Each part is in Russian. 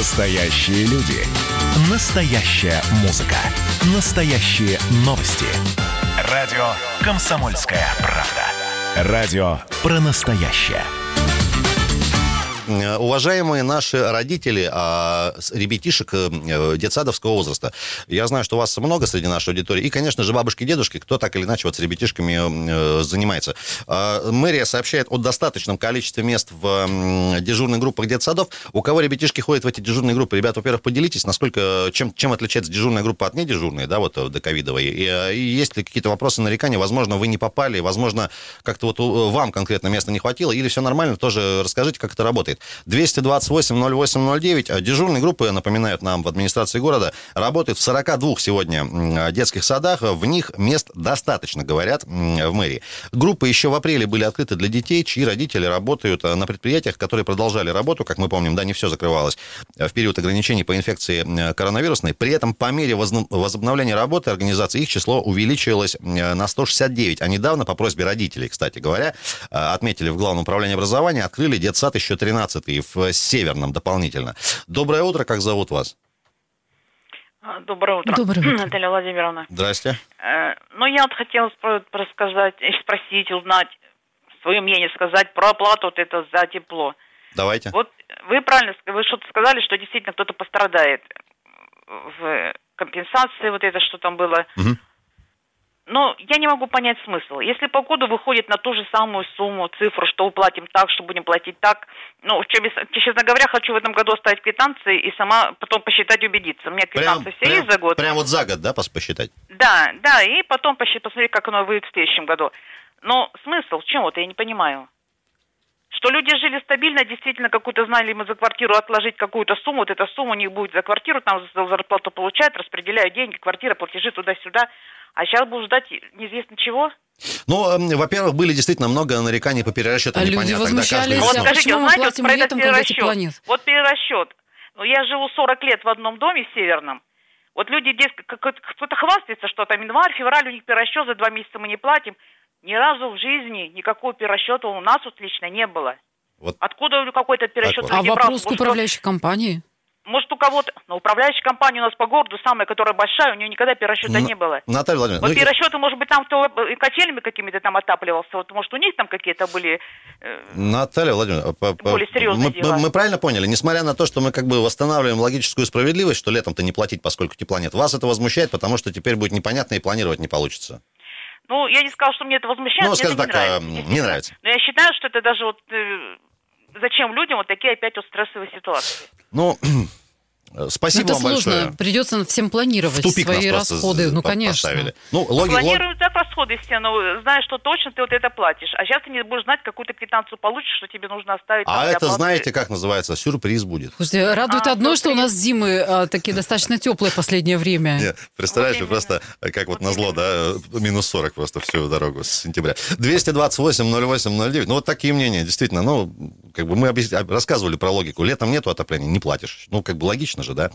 Настоящие люди. Настоящая музыка. Настоящие новости. Радио «Комсомольская правда». Радио про настоящее. Уважаемые наши родители ребятишек детсадовского возраста, я знаю, что у вас много среди нашей аудитории, и, конечно же, бабушки, дедушки, кто так или иначе вот с ребятишками занимается. Мэрия сообщает о достаточном количестве мест в дежурных группах детсадов. У кого ребятишки ходят в эти дежурные группы? Ребята, во-первых, поделитесь, насколько, чем отличается дежурная группа от недежурной, да, вот до ковидовой, и есть ли какие-то вопросы, нарекания, возможно, вы не попали, возможно, как-то вот вам конкретно места не хватило, или все нормально, тоже расскажите, как это работает. 228-08-09. Дежурные группы, напоминают нам в администрации города, работают в 42 сегодня детских садах. В них мест достаточно, говорят в мэрии. Группы еще в апреле были открыты для детей, чьи родители работают на предприятиях, которые продолжали работу. Как мы помним, да, не все закрывалось в период ограничений по инфекции коронавирусной. При этом по мере возобновления работы организации их число увеличилось на 169. А недавно, по просьбе родителей, кстати говоря, отметили в Главном управлении образования, открыли детсад еще 13-й в Северном дополнительно. Доброе утро, как зовут вас? Доброе утро. Наталья Владимировна. Здрасте. Ну, я вот хотела рассказать, спросить, узнать, свое мнение сказать про оплату вот это за тепло. Давайте. Вот вы правильно, вы что-то сказали, что действительно кто-то пострадает в компенсации, вот это, что там было. Угу. Но я не могу понять смысл. Если по коду выходит на ту же самую сумму, цифру, что уплатим так, что будем платить так, ну, честно говоря, хочу в этом году оставить квитанции и сама потом посчитать и убедиться. У меня квитанции все есть за год. Прям вот за год, да, посчитать? Да, и потом посмотреть, как оно выйдет в следующем году. Но смысл в чем? Вот я не понимаю. Что люди жили стабильно, действительно, какую-то знали мы за квартиру отложить какую-то сумму, вот эта сумма у них будет за квартиру, там за зарплату получают, распределяют деньги, квартира, платежи туда-сюда. А сейчас будут ждать неизвестно чего. Ну, во-первых, были действительно много нареканий по перерасчету. А люди возмущались, вот скажите, почему мы платим летом, когда тепла нет? Вот перерасчет. Ну, я живу 40 лет в одном доме северном. Вот люди, кто-то хвастается, что там январь, февраль, у них перерасчет, за 2 месяца мы не платим. Ни разу в жизни никакого перерасчета у нас вот лично не было. Вот. Откуда какой-то перерасчет? А вопрос к управляющей компании? Может, у кого-то... Но управляющая компания у нас по городу самая, которая большая, у нее никогда перерасчета не было. Наталья Владимировна... Вот перерасчеты, может быть, там кто котельными какими-то там отапливался. Вот, может, у них там какие-то были... Наталья Владимировна, более серьезные дела. Мы правильно поняли? Несмотря на то, что мы как бы восстанавливаем логическую справедливость, что летом-то не платить, поскольку тепла нет, вас это возмущает, потому что теперь будет непонятно и планировать не получится. Ну, я не сказала, что мне это возмущает, мне скажем это так, не нравится. Но я считаю, что это даже вот... Зачем людям вот такие опять вот стрессовые ситуации? Ну... Спасибо это вам сложно. большое. Придется всем планировать свои расходы. Ну, конечно. Ну, планируют так расходы все, но знаешь, что точно ты вот это платишь. А сейчас ты не будешь знать, какую-то квитанцию получишь, что тебе нужно оставить. А это, знаете, как называется? Сюрприз будет. Слушайте, радует одно, что у нас зимы такие достаточно теплые в последнее время. Нет, представляете, вот просто как вот назло, да, минус 40 просто всю дорогу с сентября. 228-08-09. Ну, вот такие мнения, действительно. Ну, как бы мы рассказывали про логику. Летом нету отопления, не платишь. Ну, как бы логично же, да?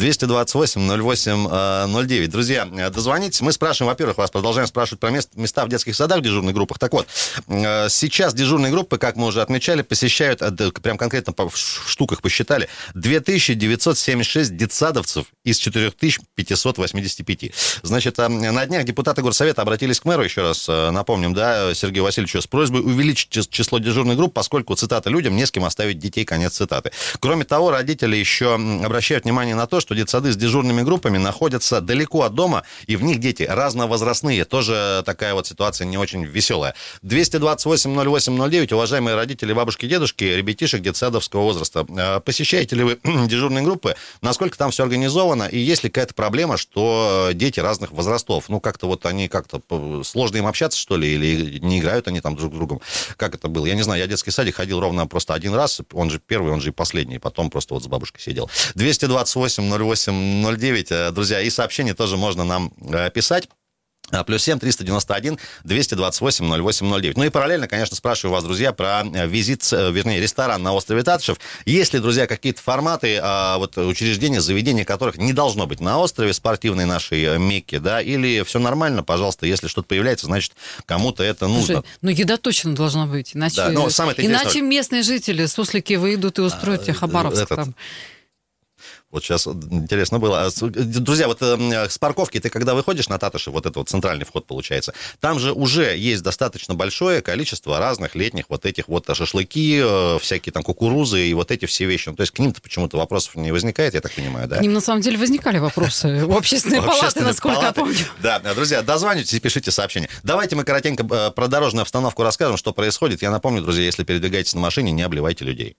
228-08-09. Друзья, дозвонитесь. Мы спрашиваем, во-первых, вас продолжаем спрашивать про места в детских садах в дежурных группах. Так вот, сейчас дежурные группы, как мы уже отмечали, посещают, прям конкретно в штуках посчитали, 2976 детсадовцев из 4585. Значит, на днях депутаты Горсовета обратились к мэру, еще раз напомним, да, Сергею Васильевичу, с просьбой увеличить число дежурных групп, поскольку, цитата, людям не с кем оставить детей, конец цитаты. Кроме того, родители еще обращают внимание на то, что детсады с дежурными группами находятся далеко от дома, и в них дети разновозрастные. Тоже такая вот ситуация не очень веселая. 228-08-09, уважаемые родители, бабушки, дедушки, ребятишек детсадовского возраста. Посещаете ли вы дежурные группы? Насколько там все организовано? И есть ли какая-то проблема, что дети разных возрастов? Ну, как-то вот они как-то... Сложно им общаться, что ли? Или не играют они там друг с другом? Как это было? Я не знаю, я в детский садик ходил ровно просто один раз. Он же первый, он же и последний. Потом просто вот с бабушкой сидел. 228-08-09, друзья, и сообщения тоже можно нам писать. +7 391 228 08 09. Ну и параллельно, конечно, спрашиваю вас, друзья, про визит, вернее, ресторан на острове Татышев. Есть ли, друзья, какие-то форматы, вот учреждения, заведения, которых не должно быть на острове, спортивной нашей Мекки, да, или все нормально, пожалуйста, если что-то появляется, значит, кому-то это нужно. Слушай, ну еда точно должна быть, иначе, да, иначе местные жители, суслики, выйдут и устроят тебе Хабаровск там. Вот сейчас интересно было. Друзья, вот с парковки ты когда выходишь на Татышев, вот это вот центральный вход получается, там же уже есть достаточно большое количество разных летних вот этих вот шашлыки, всякие там кукурузы и вот эти все вещи. Ну, то есть к ним-то почему-то вопросов не возникает, я так понимаю, да? К ним на самом деле возникали вопросы у общественной палаты, насколько я помню. Да, друзья, дозванивайтесь и пишите сообщения. Давайте мы коротенько про дорожную обстановку расскажем, что происходит. Я напомню, друзья, если передвигаетесь на машине, не обливайте людей.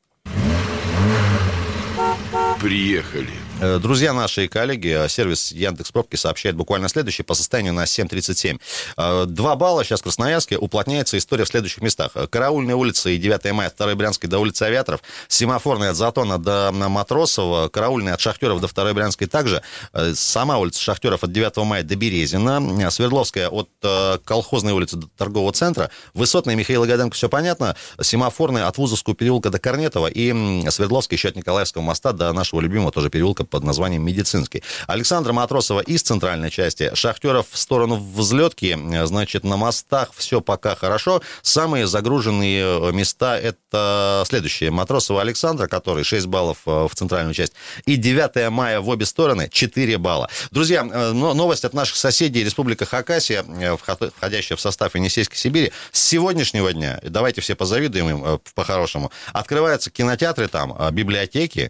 Приехали. Друзья наши и коллеги, сервис Яндекс.Пробки сообщает буквально следующее по состоянию на 7:37. 2 балла сейчас в Красноярске, уплотняется история в следующих местах. Караульная улица и 9 мая от 2 Брянской до улицы Авиаторов, семафорная от Затона до Матросова, караульная от Шахтеров до 2 Брянской также, сама улица Шахтеров от 9 мая до Березина, Свердловская от Колхозной улицы до Торгового центра, Высотная Михаила Гайденко, все понятно, семафорная от Вузовского переулка до Корнетова и Свердловская еще от Николаевского моста до нашего любимого тоже переулка под названием Медицинский. Александра Матросова из центральной части, Шахтеров в сторону Взлетки, значит, на мостах все пока хорошо. Самые загруженные места это следующие. Матросова Александра, который 6 баллов в центральную часть, и 9 мая в обе стороны 4 балла. Друзья, новость от наших соседей, Республика Хакасия, входящая в состав Енисейской Сибири, с сегодняшнего дня, давайте все позавидуем им по-хорошему, открываются кинотеатры там, библиотеки,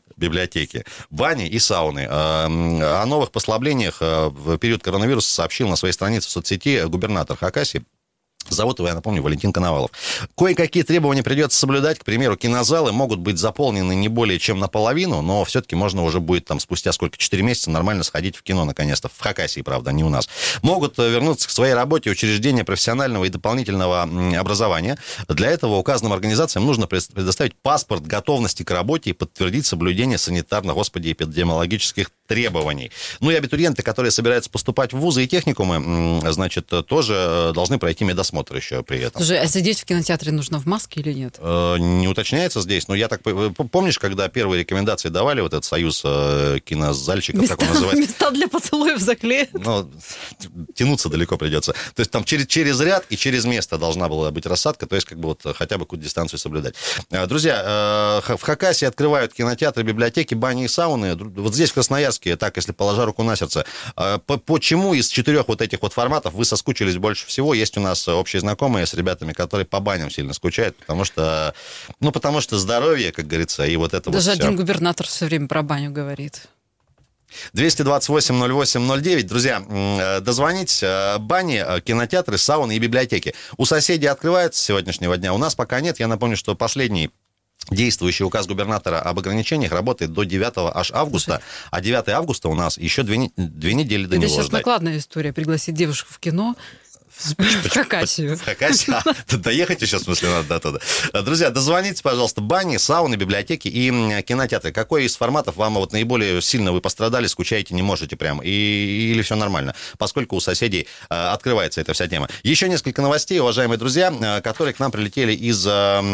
бани и сауны. О новых послаблениях в период коронавируса сообщил на своей странице в соцсети губернатор Хакасии. Зовут его, я напомню, Валентин Коновалов. Кое-какие требования придется соблюдать. К примеру, кинозалы могут быть заполнены не более чем наполовину, но все-таки можно уже будет там спустя 4 месяца нормально сходить в кино наконец-то. В Хакасии, правда, не у нас. Могут вернуться к своей работе учреждения профессионального и дополнительного образования. Для этого указанным организациям нужно предоставить паспорт готовности к работе и подтвердить соблюдение санитарно-эпидемиологических требований. Ну и абитуриенты, которые собираются поступать в вузы и техникумы, значит, тоже должны пройти медосмотр еще при этом. Слушай, а сидеть в кинотеатре нужно в маске или нет? Не уточняется здесь, но я так... Помнишь, когда первые рекомендации давали, вот этот союз кинозальщиков, как он называется? Места для поцелуев заклеят. Ну, тянуться далеко придется. То есть там через ряд и через место должна была быть рассадка, то есть как бы вот хотя бы какую-то дистанцию соблюдать. Друзья, в Хакасии открывают кинотеатры, библиотеки, бани и сауны. Вот здесь, в Красноярске, так, если положа руку на сердце, почему из 4 вот этих вот форматов вы соскучились больше всего? Есть у нас общие знакомые с ребятами, которые по баням сильно скучают, потому что здоровье, как говорится, и вот это даже вот все. один губернатор все время про баню говорит. 228-08-09. Друзья, дозвонитесь. Бани, кинотеатры, сауны и библиотеки. У соседей открывается с сегодняшнего дня. У нас пока нет. Я напомню, что последний действующий указ губернатора об ограничениях работает до 9 аж августа, а 9 августа у нас еще 2 недели до него Это сейчас ждать. накладная история, пригласить девушек в кино. В Хакасию. В Хакасию? Доехать еще, в смысле, надо до туда. Друзья, дозвонитесь, пожалуйста, бани, сауны, библиотеки и кинотеатры. Какой из форматов вам вот наиболее сильно вы пострадали, скучаете, не можете прям? Или все нормально? Поскольку у соседей открывается эта вся тема. Еще несколько новостей, уважаемые друзья, которые к нам прилетели из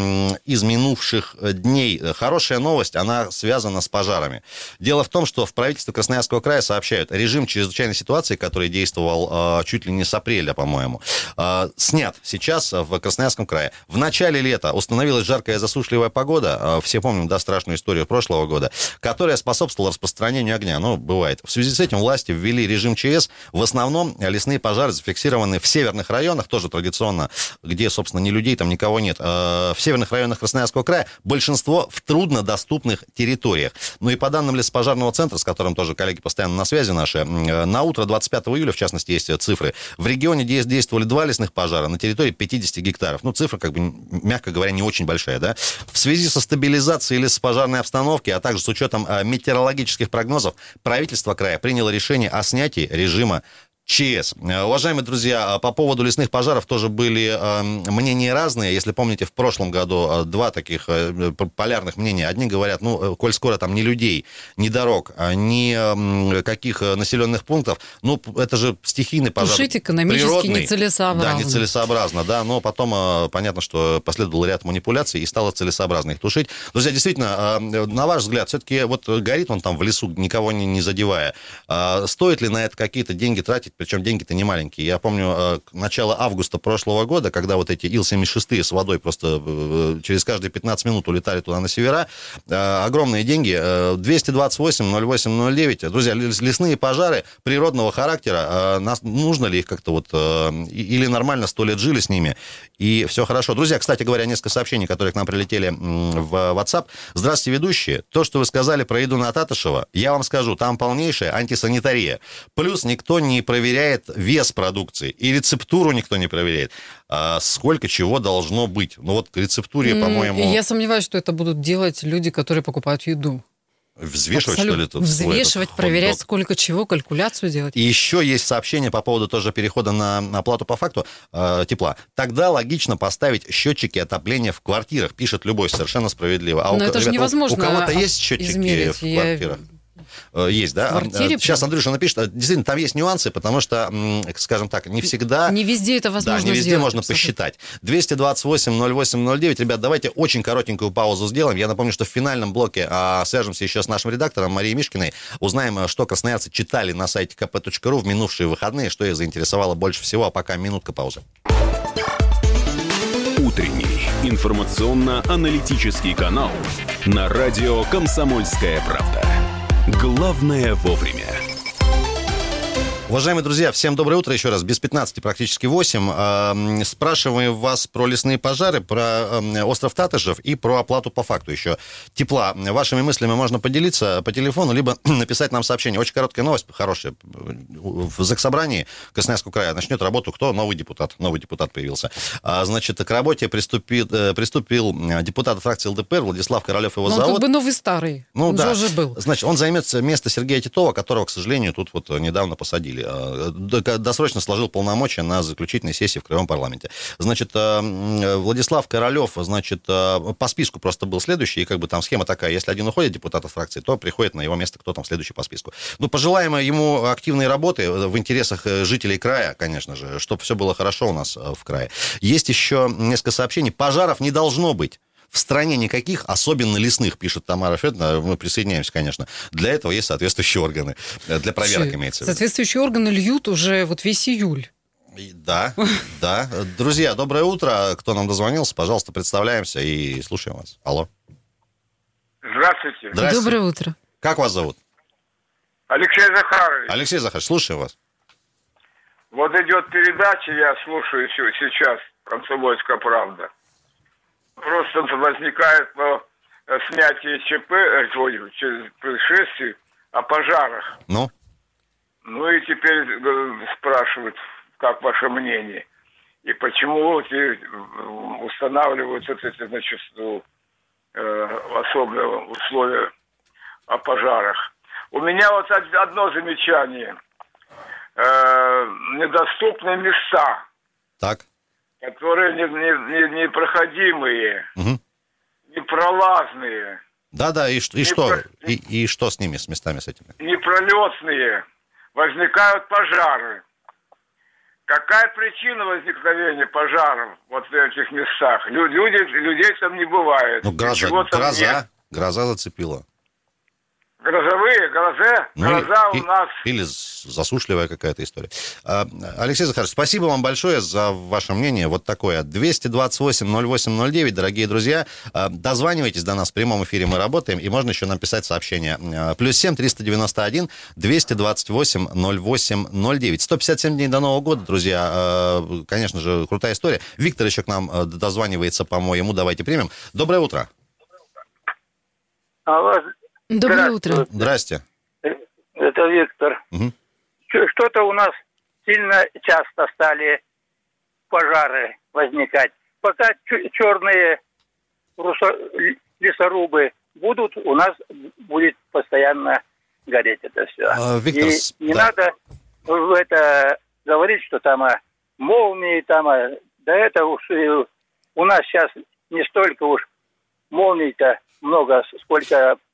минувших дней. Хорошая новость, она связана с пожарами. Дело в том, что в правительстве Красноярского края сообщают, режим чрезвычайной ситуации, который действовал чуть ли не с апреля, по-моему, снят сейчас в Красноярском крае. В начале лета установилась жаркая засушливая погода, все помним, да, страшную историю прошлого года, которая способствовала распространению огня. Ну, бывает. В связи с этим власти ввели режим ЧС. В основном лесные пожары зафиксированы в северных районах, тоже традиционно, где, собственно, ни людей, там никого нет. В северных районах Красноярского края большинство в труднодоступных территориях. Ну и по данным леспожарного центра, с которым тоже коллеги постоянно на связи наши, на утро 25 июля, в частности, есть цифры, в регионе действовали 2 лесных пожара на территории 50 гектаров. Ну, цифра, как бы, мягко говоря, не очень большая, да. В связи со стабилизацией лесопожарной обстановки, а также с учетом метеорологических прогнозов, правительство края приняло решение о снятии режима ЧС. Уважаемые друзья, по поводу лесных пожаров тоже были мнения разные. Если помните, в прошлом году 2 таких полярных мнения. Одни говорят, ну, коль скоро там ни людей, ни дорог, ни каких населенных пунктов, ну, это же стихийный пожар. Тушить экономически природный. нецелесообразно. Да, нецелесообразно, да, но потом понятно, что последовал ряд манипуляций и стало целесообразно их тушить. Друзья, действительно, на ваш взгляд, все-таки вот горит он там в лесу, никого не задевая. Стоит ли на это какие-то деньги тратить? причем деньги-то не маленькие. Я помню начало августа прошлого года, когда вот эти Ил-76 с водой просто через каждые 15 минут улетали туда на севера. Огромные деньги. 228-08-09. Друзья, лесные пожары природного характера. Нужно ли их как-то вот... Или нормально 100 лет жили с ними, и все хорошо. Друзья, кстати говоря, несколько сообщений, которые к нам прилетели в WhatsApp. Здравствуйте, ведущие. То, что вы сказали про еду на Татышева, я вам скажу, там полнейшая антисанитария. Плюс никто не проверяет вес продукции, и рецептуру никто не проверяет. Сколько чего должно быть. Ну вот к рецептуре, по-моему... Я сомневаюсь, что это будут делать люди, которые покупают еду. Взвешивать, Абсолютно. что ли? Тут Взвешивать, проверять, сколько чего, калькуляцию делать. И еще есть сообщение по поводу тоже перехода на оплату по факту тепла. Тогда логично поставить счетчики отопления в квартирах, пишет Любовь, совершенно справедливо. Но это же невозможно. У кого-то есть счетчики измерить. в квартирах? Есть, да? Сейчас Андрюша напишет. Действительно, там есть нюансы, потому что, скажем так, не всегда... Не везде это возможно сделать. Да, не везде сделать, можно посчитать. 228-08-09. Ребят, давайте очень коротенькую паузу сделаем. Я напомню, что в финальном блоке свяжемся еще с нашим редактором Марией Мишкиной. Узнаем, что красноярцы читали на сайте kp.ru в минувшие выходные, что их заинтересовало больше всего. А пока минутка паузы. Утренний информационно-аналитический канал на радио «Комсомольская правда». Главное вовремя. Уважаемые друзья, всем доброе утро еще раз. Без 15, практически 8. Спрашиваем вас про лесные пожары, про остров Татышев и про оплату по факту еще тепла. Вашими мыслями можно поделиться по телефону, либо написать нам сообщение. Очень короткая новость, хорошая. В Заксобрании Красноярского края начнет работу кто? Новый депутат. Новый депутат появился. Значит, к работе приступил депутат фракции ЛДПР Владислав Королев, его зовут. Он как бы новый старый. Ну, он да. же уже был. Значит, он займет место Сергея Титова, которого, к сожалению, тут вот недавно посадили. Досрочно сложил полномочия на заключительной сессии в Краевом парламенте. Значит, Владислав Королев, значит, по списку просто был следующий, и как бы там схема такая, если один уходит депутат от фракции, то приходит на его место кто там следующий по списку. Ну, пожелаем ему активной работы в интересах жителей края, конечно же, чтобы все было хорошо у нас в крае. Есть еще несколько сообщений. Пожаров не должно быть. В стране никаких, особенно лесных, пишет Тамара Федоровна, мы присоединяемся, конечно. Для этого есть соответствующие органы, для проверок имеется в виду. Соответствующие органы льют уже вот весь июль. Да, да. Друзья, доброе утро. Кто нам дозвонился, пожалуйста, представляемся и слушаем вас. Алло. Здравствуйте. Здравствуйте. Доброе утро. Как вас зовут? Алексей Захарович. Алексей Захарович, слушаем вас. Вот идет передача, я слушаю сейчас «Комсомольская правда». Просто возникает снятие ЧП, происшествий о пожарах. Ну? Ну и теперь спрашивают, как ваше мнение. И почему устанавливаются эти, значит, особые условия о пожарах. У меня вот одно замечание. Недоступные места. Так. Которые непроходимые, непролазные. Да, и что с ними, с местами с этими? Непролетные. Возникают пожары. Какая причина возникновения пожаров вот в этих местах? Людей там не бывает. Ну, гроза зацепила. Гроза у нас... Или засушливая какая-то история. Алексей Захарович, спасибо вам большое за ваше мнение. Вот такое. 228-08-09, дорогие друзья. Дозванивайтесь до нас в прямом эфире, мы работаем. И можно еще написать сообщение. +7 391 228 08 09. 157 дней до Нового года, друзья. Конечно же, крутая история. Виктор еще к нам дозванивается, по-моему. Давайте примем. Доброе утро. Алло. Доброе утро. Здрасте. Это Виктор. Угу. Что-то у нас сильно часто стали пожары возникать. Пока черные лесорубы будут, у нас будет постоянно гореть это все. Виктор, и не надо это говорить, что там молнии, да это уж у нас сейчас не столько уж молний-то много, сколько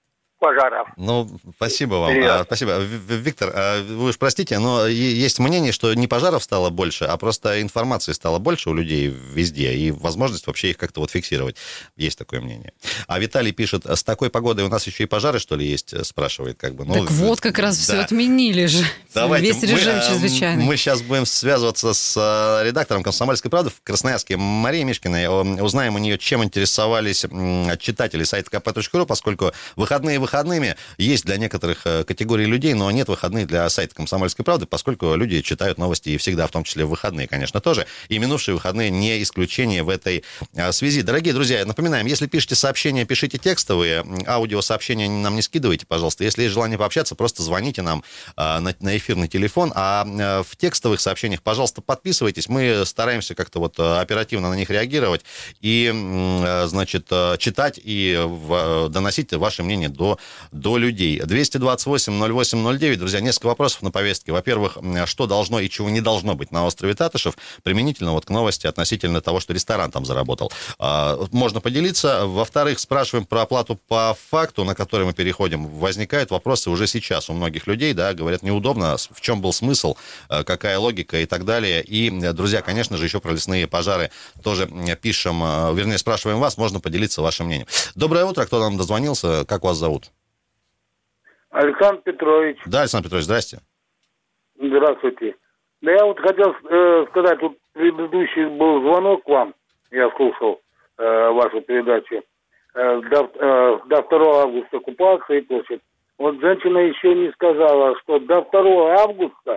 пожаров. Ну, спасибо вам. Привет. Спасибо. Виктор, вы уж простите, но есть мнение, что не пожаров стало больше, а просто информации стало больше у людей везде, и возможность вообще их как-то вот фиксировать. Есть такое мнение. А Виталий пишет, с такой погодой у нас еще и пожары, что ли, есть, спрашивает, как бы. Ну, Так вот, как раз все отменили же. Давайте Весь режим чрезвычайный. Мы сейчас будем связываться с редактором «Комсомольской правды» в Красноярске Марией Мишкиной. Узнаем у нее, чем интересовались читатели сайта kp.ru, поскольку выходные выходными. Есть для некоторых категорий людей, но нет выходных для сайта «Комсомольской правды», поскольку люди читают новости и всегда, в том числе в выходные, конечно, тоже. И минувшие выходные не исключение в этой связи. Дорогие друзья, напоминаем, если пишете сообщения, пишите текстовые, аудиосообщения нам не скидывайте, пожалуйста. Если есть желание пообщаться, просто звоните нам на эфирный телефон, а в текстовых сообщениях, пожалуйста, подписывайтесь. Мы стараемся как-то вот оперативно на них реагировать и, значит, читать и доносить ваше мнение до людей. 228-08-09. Друзья, несколько вопросов на повестке. Во-первых, что должно и чего не должно быть на острове Татышев, применительно вот к новости относительно того, что ресторан там заработал. Можно поделиться. Во-вторых, спрашиваем про оплату по факту, на который мы переходим. Возникают вопросы уже сейчас у многих людей, да, говорят, неудобно, в чем был смысл, какая логика и так далее. И, друзья, конечно же, еще про лесные пожары тоже пишем, вернее, спрашиваем вас, можно поделиться вашим мнением. Доброе утро, кто нам дозвонился, как вас зовут? Александр Петрович. Да, Александр Петрович, здрасте. Здравствуйте. Да я вот хотел сказать, тут предыдущий был звонок к вам, я слушал вашу передачу, до 2 августа купаться и прочее. Вот женщина еще не сказала, что до 2 августа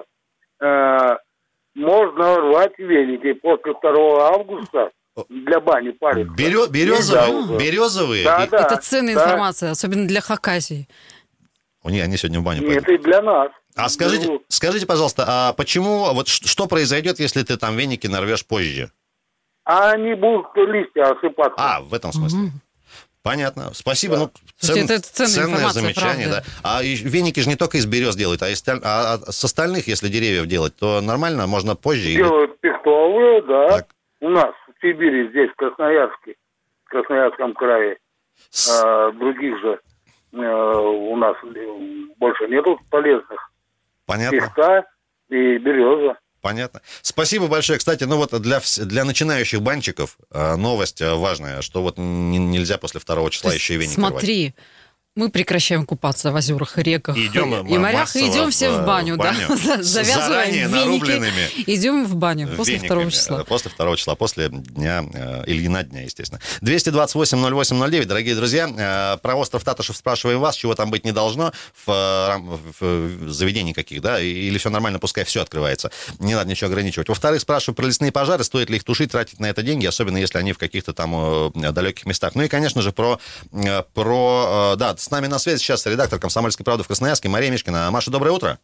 можно рвать веники. После 2 августа для бани париться. Березовые? Да. Это ценная информация, особенно для Хакасии. Они сегодня в баню пойдут. Нет, и для нас. А скажите, пожалуйста, а почему, вот что произойдет, если ты там веники нарвешь позже? А они будут листья осыпаться. В этом смысле. Угу. Понятно. Спасибо. Да. Это ценное замечание. Да. А веники же не только из берез делают, а с остальных, если деревьев делать, то нормально, можно позже. Делают пихтовые, да. Так. У нас в Сибири, здесь, в Красноярском крае. Других же у нас больше нету полезных. Понятно. Пихта и береза. Понятно. Спасибо большое. Кстати, ну вот для начинающих банщиков новость важная, что вот нельзя после 2 числа еще и веник рвать. Смотри, мы прекращаем купаться в озерах, реках и морях, и идем все в баню. Да? Завязываем веники, идем в баню после 2 числа. После 2 числа, после дня Ильина дня, естественно. 228-08-09, дорогие друзья, про остров Татышев спрашиваем вас, чего там быть не должно в заведении каких, да, или все нормально, пускай все открывается, не надо ничего ограничивать. Во-вторых, спрашиваю про лесные пожары, стоит ли их тушить, тратить на это деньги, особенно если они в каких-то там далеких местах. Ну и, конечно же, да, с нами на связи сейчас редактор «Комсомольской правды» в Красноярске Мария Мишкина. Маша, доброе утро.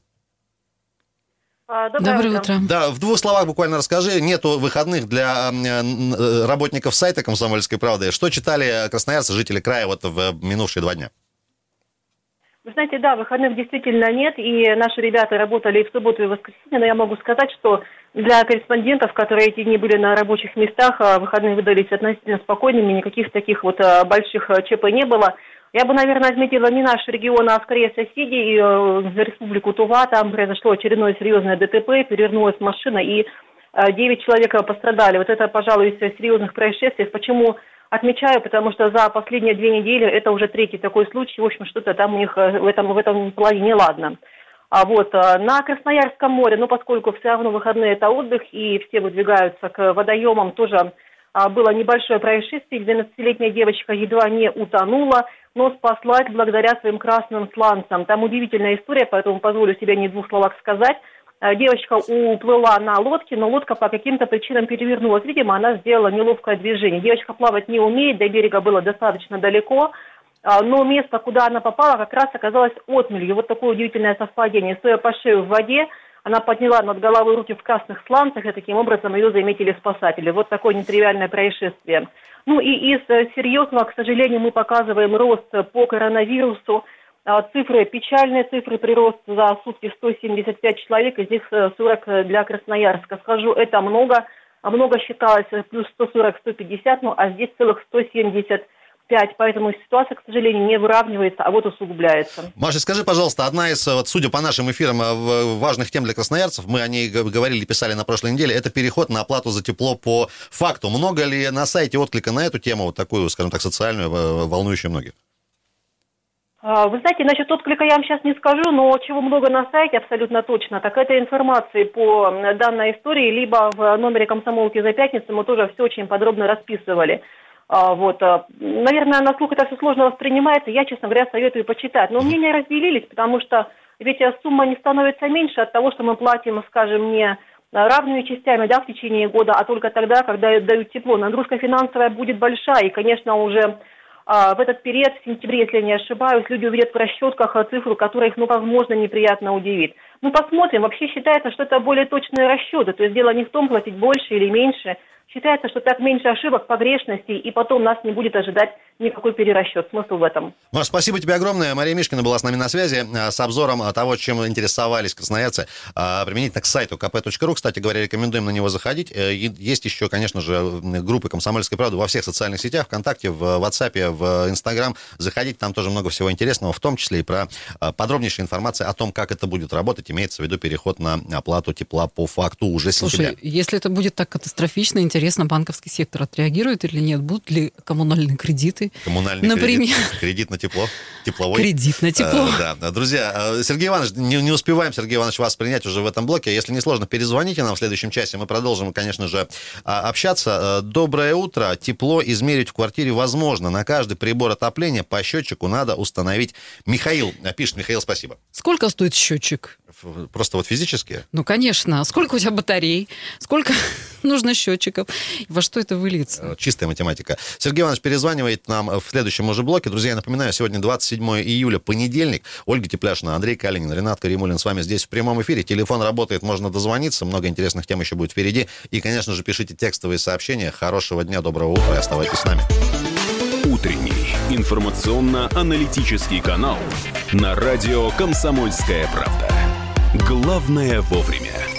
Доброе утро. Да, в 2 словах буквально расскажи. Нету выходных для работников сайта «Комсомольской правды». Что читали красноярцы, жители края вот в минувшие 2 дня? Вы знаете, да, выходных действительно нет, и наши ребята работали и в субботу, и в воскресенье, но я могу сказать, что для корреспондентов, которые эти дни были на рабочих местах, выходные выдались относительно спокойными, никаких таких вот больших ЧП не было. Я бы, наверное, отметила не наш регион, а скорее соседей, за республику Тува. Там произошло очередное серьезное ДТП, перевернулась машина, и 9 человек пострадали. Вот это, пожалуй, из серьезных происшествий. Почему отмечаю? Потому что за последние 2 недели это уже 3-й такой случай. В общем, что-то там у них в этом плане неладно. На Красноярском море, поскольку все равно выходные это отдых, и все выдвигаются к водоемам, тоже было небольшое происшествие. 12-летняя девочка едва не утонула, но спаслась благодаря своим красным сланцам. Там удивительная история, поэтому позволю себе не в 2 словах сказать. Девочка уплыла на лодке, но лодка по каким-то причинам перевернулась. Видимо, она сделала неловкое движение. Девочка плавать не умеет, до берега было достаточно далеко, но место, куда она попала, как раз оказалось отмелью. Вот такое удивительное совпадение. Стоя по шею в воде, она подняла над головой руки в красных сланцах, и таким образом ее заметили спасатели. Вот такое нетривиальное происшествие. И из серьезного, к сожалению, мы показываем рост по коронавирусу. Цифры, печальные цифры, прирост за сутки 175 человек, из них 40 для Красноярска. Скажу, это много. Много считалось, плюс 140-150, а здесь целых 175 5, поэтому ситуация, к сожалению, не выравнивается, а вот усугубляется. Маша, скажи, пожалуйста, одна из, вот, судя по нашим эфирам, важных тем для красноярцев, мы о ней говорили, писали на прошлой неделе, это переход на оплату за тепло по факту. Много ли на сайте отклика на эту тему, вот такую, скажем так, социальную, волнующую многих? Вы знаете, насчет отклика я вам сейчас не скажу, но чего много на сайте абсолютно точно, так это информации по данной истории, либо в номере «Комсомолки» за пятницу мы тоже все очень подробно расписывали. Вот. Наверное, на слух это все сложно воспринимается, я, честно говоря, советую почитать. Но мнения разделились, потому что ведь сумма не становится меньше от того, что мы платим, скажем, не равными частями, да, в течение года, а только тогда, когда дают тепло. Нагрузка финансовая будет большая, и, конечно, уже в этот период, в сентябре, если я не ошибаюсь, люди увидят в расчетках цифру, которая их, возможно, неприятно удивит. Посмотрим. Вообще считается, что это более точные расчеты. То есть дело не в том, платить больше или меньше. Считается, что так меньше ошибок, погрешностей, и потом нас не будет ожидать никакой перерасчет. Смысл в этом. Маш, спасибо тебе огромное. Мария Мишкина была с нами на связи с обзором того, чем интересовались красноярцы, применительно к сайту kp.ru. Кстати говоря, рекомендуем на него заходить. Есть еще, конечно же, группы «Комсомольской правды» во всех социальных сетях, ВКонтакте, в WhatsApp, в Instagram. Заходите, там тоже много всего интересного, в том числе и про подробнейшую информацию о том, как это будет работать. Имеется в виду переход на оплату тепла по факту уже с сентября. Слушай, если это будет так катастрофично, интересно, банковский сектор отреагирует или нет? Будут ли коммунальные кредиты? Коммунальный кредит на тепло, тепловой. Кредит на тепло. Да, друзья, Сергей Иванович, не успеваем, Сергей Иванович, вас принять уже в этом блоке. Если не сложно, перезвоните нам в следующем часе, мы продолжим, конечно же, общаться. Доброе утро. Тепло измерить в квартире возможно. На каждый прибор отопления по счетчику надо установить. Михаил пишет. Михаил, спасибо. Сколько стоит счетчик? Просто вот физически? Ну, конечно. Сколько у тебя батарей? Сколько нужно счетчиков? Во что это выльется? Чистая математика. Сергей Иванович перезванивает нам в следующем уже блоке. Друзья, я напоминаю, сегодня 27 июля, понедельник. Ольга Тепляшина, Андрей Калинин, Ренат Каримулин с вами здесь в прямом эфире. Телефон работает, можно дозвониться. Много интересных тем еще будет впереди. И, конечно же, пишите текстовые сообщения. Хорошего дня, доброго утра и оставайтесь с нами. Утренний информационно-аналитический канал на радио «Комсомольская правда». Главное вовремя.